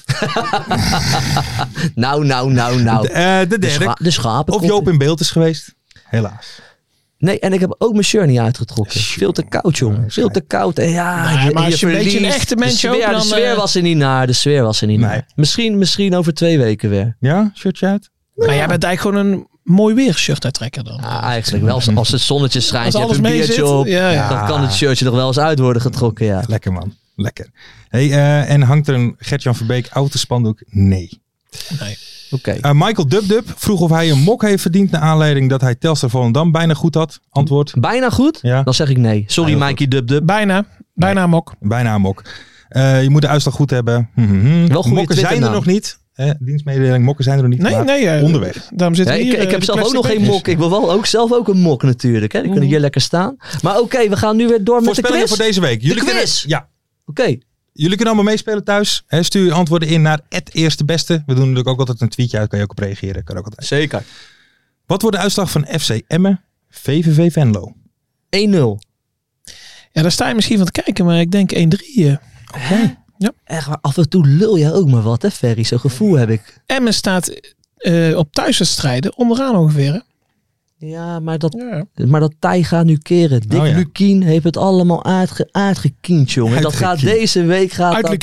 Nou. De derde. De schapen. Of Joop in beeld is geweest. Helaas. Nee, en ik heb ook mijn shirt niet uitgetrokken. Veel te koud, jongen. Veel te koud. En maar als je een beetje een echte mens ook... De sfeer was er niet naar. Misschien over 2 weken weer. Ja, shirtje uit? Maar jij bent eigenlijk gewoon een mooi weer shirt uittrekken dan. Ja, eigenlijk wel. Als het zonnetje schijnt, je hebt een biertje op. Dan kan het shirtje nog wel eens uit worden getrokken. Ja. Lekker, man. Lekker. Hey, en hangt er een Gert-Jan Verbeek autospandoek? Nee. Oké. Michael Dub vroeg of hij een mok heeft verdiend naar aanleiding dat hij Telstar Volendam bijna goed had. Antwoord. Bijna goed? Ja. Dan zeg ik nee. Sorry, Heel Mikey Dub. Bijna een mok. Bijna een mok. Je moet de uitslag goed hebben. Wel goede Mokken zijn er nog niet. Dienstmededeling, mokken zijn er nog niet. Nee. Onderweg. Daarom zit Ik heb zelf ook nog geen mok. Ik wil wel ook zelf ook een mok natuurlijk. Hè. Die kunnen hier lekker staan. Maar oké, we gaan nu weer door met de Voorspellingen quiz. voor deze week. De quiz? Oké. Jullie kunnen allemaal meespelen thuis. Stuur je antwoorden in naar @eerstebeste. We doen natuurlijk ook altijd een tweetje uit. Kan je ook op reageren. Kan ook altijd. Zeker. Wat wordt de uitslag van FC Emmen, VVV Venlo? 1-0. Ja, daar sta je misschien van te kijken, maar ik denk 1-3. Oké. Ja. Echt waar, af en toe lul je ook maar wat, hè Ferry? Zo'n gevoel heb ik. Emmen staat op thuiswedstrijden onderaan ongeveer. Hè? Ja, maar dat tij gaat nu keren. Dick Lukien heeft het allemaal uitgekiend, jongen. Dat gaat deze week...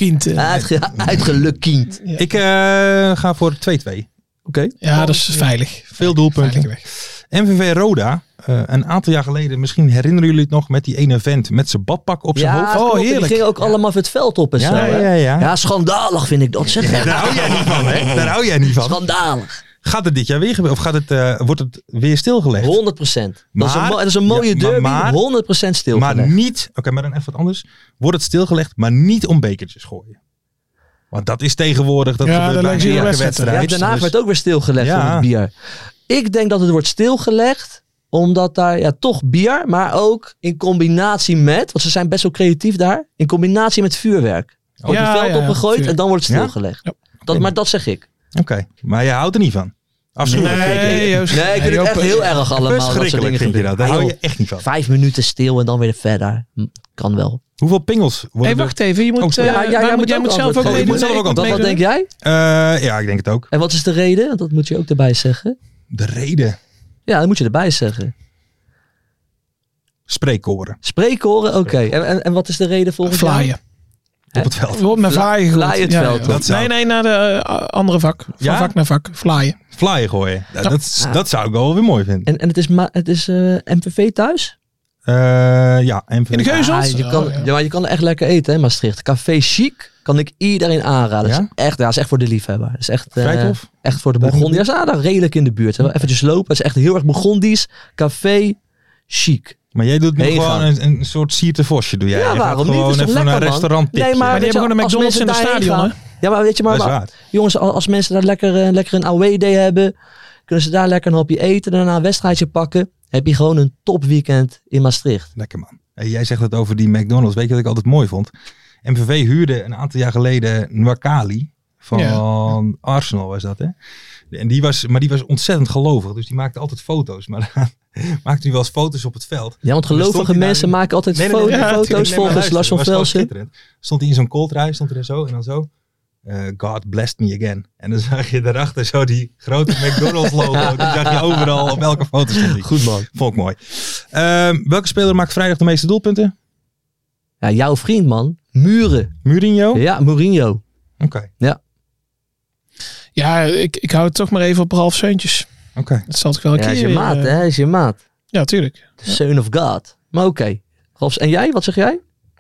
Uitgelukiend. Ja. Ik ga voor 2-2. Oké. Ja, dat is veilig. Veel doelpunten. MVV Roda, een aantal jaar geleden, misschien herinneren jullie het nog, met die ene vent met zijn badpak op zijn hoofd. Oh, heerlijk. Die gingen ook allemaal het veld op en zo. Ja, schandalig vind ik dat. Zeg. Daar hou jij niet van, hè? Daar hou jij niet van. Schandalig. Gaat het dit jaar weer gebeuren? Of wordt het weer stilgelegd? 100%. Dat is een mooie derby. 100% stilgelegd. Maar niet, maar dan even wat anders. Wordt het stilgelegd, maar niet om bekertjes gooien. Want dat is tegenwoordig, dat gebeurt bij elke wedstrijd. Ja, daarna werd ook weer stilgelegd voor het bier. Ik denk dat het wordt stilgelegd, omdat daar toch bier, maar ook in combinatie met, want ze zijn best wel creatief daar, in combinatie met vuurwerk. Wordt het veld opgegooid en dan wordt het stilgelegd. Ja? Maar dat zeg ik. Oké, maar jij houdt er niet van? Afschuwelijk. Nee, ik vind het echt heel erg allemaal. Dat soort dingen vind je dat. Daar hou je echt niet van. 5 minuten stil en dan weer verder. Kan wel. Hoeveel pingels worden wacht even. Je moet, jij moet zelf ook meedoen. Wat denk jij? Ja, ik denk het ook. En wat is de reden? Dat moet je ook erbij zeggen. De reden? Ja, dat moet je erbij zeggen. Spreekkoren. Spreekkoren, oké. En wat is de reden volgens jou? Flyen. Op het veld. Wordt met flyen gegooid. Flyen het veld. Nee, naar de andere vak. Van vak naar vak. Flyen. Flyen gooien. Dat zou ik wel weer mooi vinden. En het is MVV thuis? Ja, MVV. In de Geuzels? Maar je kan er echt lekker eten, hè, Maastricht. Café Chic kan ik iedereen aanraden. Ja? Dat is echt voor de liefhebber. Dat is echt voor de Daar Burgondiërs. Daar redelijk in de buurt. Eventjes lopen. Het is echt heel erg Burgondisch. Café Chic. Maar jij doet nu gewoon een soort Sierte Vosje, doe jij. Ja, waarom niet? Gewoon even een restaurant tipje. Maar die hebben gewoon een McDonald's in het stadion, hè? Ja, maar weet je maar jongens, als mensen daar lekker een away day hebben, kunnen ze daar lekker een hapje eten, daarna een wedstrijdje pakken. Heb je gewoon een topweekend in Maastricht. Lekker man. Hey, jij zegt het over die McDonald's. Weet je wat ik altijd mooi vond? MVV huurde een aantal jaar geleden Nwakali van Arsenal was dat, hè? En die was ontzettend gelovig. Dus die maakte altijd foto's. Maar maakte hij wel eens foto's op het veld. Ja, want gelovige mensen maken altijd foto's volgens Lars van Velsen. Stond hij in zo'n kooltrui, stond hij er zo en dan zo. God blessed me again. En dan zag je daarachter zo die grote McDonald's logo. Die zag je overal, op elke foto stond die. Goed man. Vond ik mooi. Welke speler maakt vrijdag de meeste doelpunten? Ja, jouw vriend man. Mourinho? Ja, Mourinho. Oké. Ja. Ja, ik hou het toch maar even op Ralf Seuntjes. Oké. Dat zal ik wel een keer. Is je maat, hè? Is je maat. Ja, tuurlijk. The Son of God. Maar oké. Ralf, en jij? Wat zeg jij?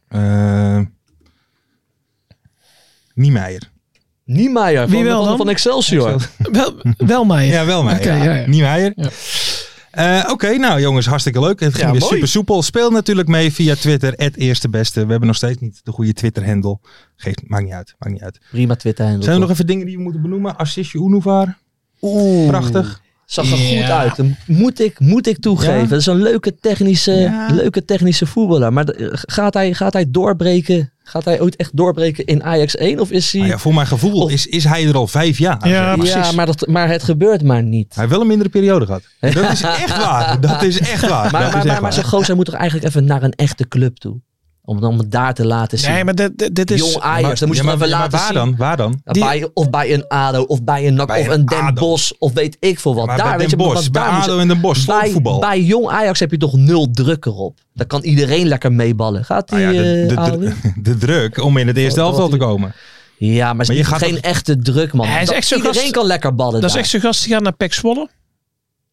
Niemeyer. Wie wel dan? Van Excelsior. Wel Meijer. Ja, wel Meijer. Okay, ja. Niemeyer. Ja. Oké, nou jongens, hartstikke leuk. Het ging weer super soepel. Speel natuurlijk mee via Twitter, @eerstebeste. We hebben nog steeds niet de goede Twitter-handle. Maakt niet uit. Prima Twitter-handle. Zijn er nog even dingen die we moeten benoemen? Assistje Unuvar. Prachtig. Zag er goed uit. Moet ik toegeven. Ja. Dat is een leuke technische voetballer. Maar gaat hij doorbreken? Gaat hij ooit echt doorbreken in Ajax 1? Of is hij... voor mijn gevoel is hij er al 5 jaar. Ja, precies. Maar het gebeurt maar niet. Hij heeft wel een mindere periode gehad. Dat is echt waar. Maar zo'n gozer moet toch eigenlijk even naar een echte club toe? Om het daar te laten zien. Nee, maar dit is... Jong Ajax, dan moet je het even laten zien. Waar dan? Of bij een ADO, of bij een NAC, of een Den Bosch, of weet ik veel wat. Maar daar, bij Den Bosch, bij ADO en Den Bosch, voetbal. Bij Jong Ajax heb je toch 0 druk erop. Daar kan iedereen lekker meeballen. Gaat die de druk om in het eerste elftal te komen. Ja, maar het is geen echte druk, man. Iedereen kan lekker ballen. Dat is echt zo'n gast die gaat naar PEC Zwolle.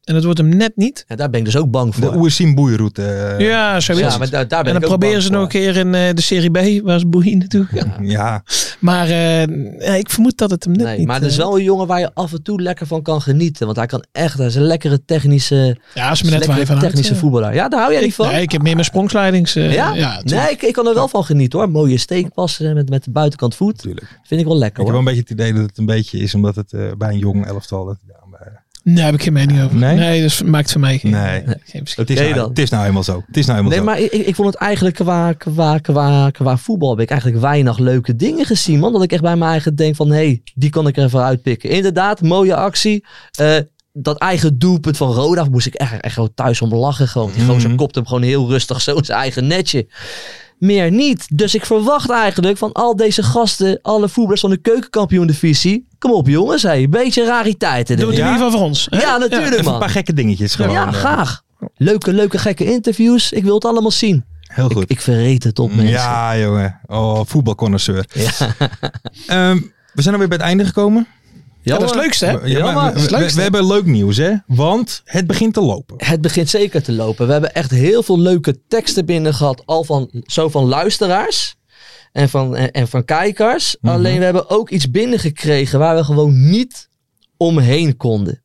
En dat wordt hem net niet. En daar ben ik dus ook bang voor. De Oersien Boeiroute. Ja, zoiets. Ja, maar daar ben en dan ik ook proberen bang ze nog een keer in de Serie B. Waar is Boeien natuurlijk. Ja. Maar ik vermoed dat het hem net niet... Maar het is wel een jongen waar je af en toe lekker van kan genieten. Want hij kan echt, hij is een lekkere technische, technische voetballer. Ja, daar hou jij niet van? Nee, ik heb meer mijn sprongsleidings. Ja? Nee, ik kan er wel van genieten hoor. Mooie steekpassen met de buitenkant voet. Tuurlijk. Vind ik wel lekker Ik hoor. heb wel een beetje het idee dat het een beetje is omdat het bij een jong elftal... Nee, daar heb ik geen mening over. Nee, dat maakt voor mij geen verschil. Het is nou helemaal zo. Maar ik vond het eigenlijk qua voetbal heb ik eigenlijk weinig leuke dingen gezien, man. Dat ik echt bij mijn eigen denk van, die kan ik er even uitpikken. Inderdaad, mooie actie. Dat eigen doelpunt van Roda moest ik echt gewoon thuis om lachen. Gewoon. Die gozer kopt hem gewoon heel rustig zo in zijn eigen netje. Meer niet. Dus ik verwacht eigenlijk van al deze gasten, alle voetballers van de keukenkampioen-divisie. Kom op jongens, een beetje rariteiten. Doe het in ieder geval voor ons. Hè? Ja, natuurlijk man. Een paar gekke dingetjes gewoon. Ja, graag. Leuke gekke interviews. Ik wil het allemaal zien. Heel goed. Ik verreet het op mensen. Ja jongen. Oh, voetbalconnoisseur. Ja. We zijn alweer bij het einde gekomen. Ja, dat is het leukste, hè? We hebben leuk nieuws, hè? Want het begint te lopen. Het begint zeker te lopen. We hebben echt heel veel leuke teksten binnen gehad. Al van luisteraars en van kijkers. Alleen we hebben ook iets binnengekregen waar we gewoon niet omheen konden.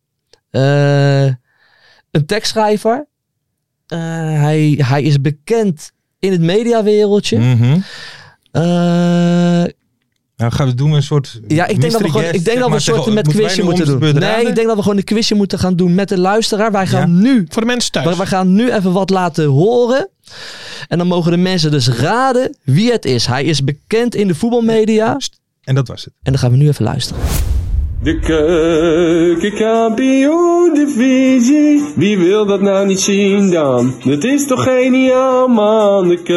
Een tekstschrijver. Hij is bekend in het mediawereldje. Nou, gaan we doen een soort. Ja, ik denk dat we een soort met quizje moeten doen. Nee, ik denk dat we gewoon een quizje moeten gaan doen met de luisteraar. Wij gaan nu. Voor de mensen thuis. We gaan nu even wat laten horen. En dan mogen de mensen dus raden wie het is. Hij is bekend in de voetbalmedia. En dat was het. En dan gaan we nu even luisteren. De keukenkampioen-divisie, wie wil dat nou niet zien dan? Het is toch geniaal man, de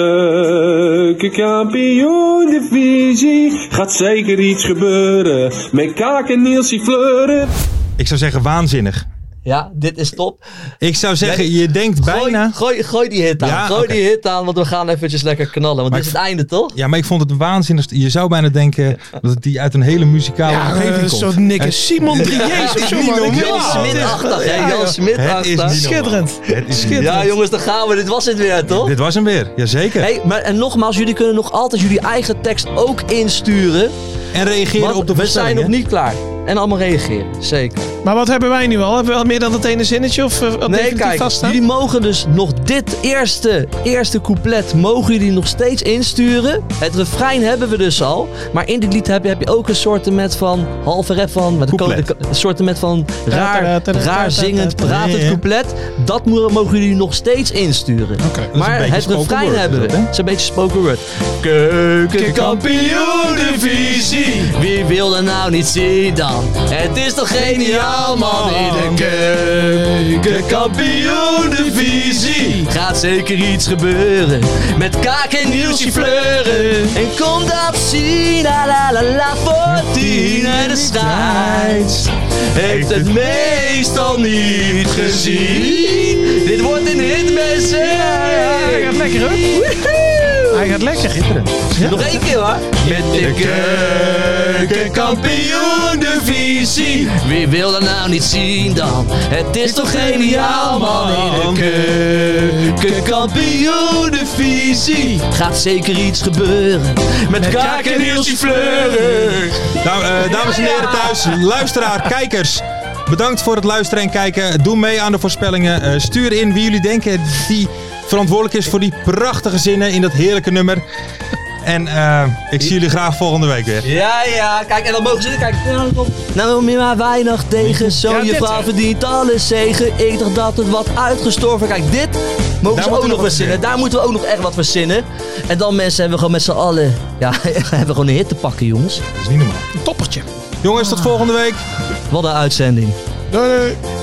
keukenkampioen-divisie. Gaat zeker iets gebeuren, met Kaak en Nielsie fleuren. Ik zou zeggen waanzinnig. Ja, dit is top. Ik zou zeggen, je denkt bijna... Gooi die hit aan. Ja, die hit aan, want we gaan eventjes lekker knallen. Want dit is het einde, toch? Ja, maar ik vond het waanzinnig. Je zou bijna denken dat het die uit een hele muzikale omgeving komt. Zo Nick en Simon Drieërs of zo. Jan Smit-achtig. Jan Smit-achtig. Schitterend. Ja, jongens, daar gaan we. Dit was het weer, toch? Dit was hem weer, jazeker. En nogmaals, jullie kunnen nog altijd jullie eigen tekst ook insturen. En reageren op de we zijn nog niet klaar. En allemaal reageren, zeker. Maar wat hebben wij nu al? Hebben we al meer dan het ene zinnetje? Of nee, kijk, vaststaan? Jullie mogen dus nog dit eerste couplet mogen jullie nog steeds insturen. Het refrein hebben we dus al. Maar in dit lied heb je ook een soortement van halve rap van... Een soortement van raar zingend, pratend couplet. Dat mogen jullie nog steeds insturen. Maar het refrein hebben we. Het is een beetje spoken word. Keukenkampioen-divisie. Wie wil er nou niet zien dan? Het is toch geniaal man in de keukenkampioen-divisie. Gaat zeker iets gebeuren met Kaak en Nielsie fleuren. En kom dat zien, la voor 10 en de scheids heeft het meestal niet gezien. Dit wordt een hit mensen. Hij gaat lekker hoor. Hij gaat lekker. Schitterend. Ja? Nog één keer hoor. Met de keukenkampioen-divisie. Wie wil dat nou niet zien dan? Het is toch geniaal man in de keukenkampioen-divisie. Gaat zeker iets gebeuren met Kaak en Nielsie fleuren. Nou, dames en heren thuis, luisteraar, kijkers. Bedankt voor het luisteren en kijken. Doe mee aan de voorspellingen. Stuur in wie jullie denken die verantwoordelijk is voor die prachtige zinnen in dat heerlijke nummer. En ik zie jullie graag volgende week weer. Ja. Kijk, en dan mogen ze... Kijk, nou meer maar weinig tegen. Zo'n je vrouw verdient alles zegen. Ik dacht dat het wat uitgestorven. Kijk, dit mogen ze ook nog verzinnen. Daar moeten we ook nog echt wat verzinnen. En dan mensen hebben we gewoon met z'n allen... Ja, hebben we gewoon een hit te pakken, jongens. Dat is niet normaal. Een toppertje. Jongens, tot volgende week. Wat een uitzending. Doei.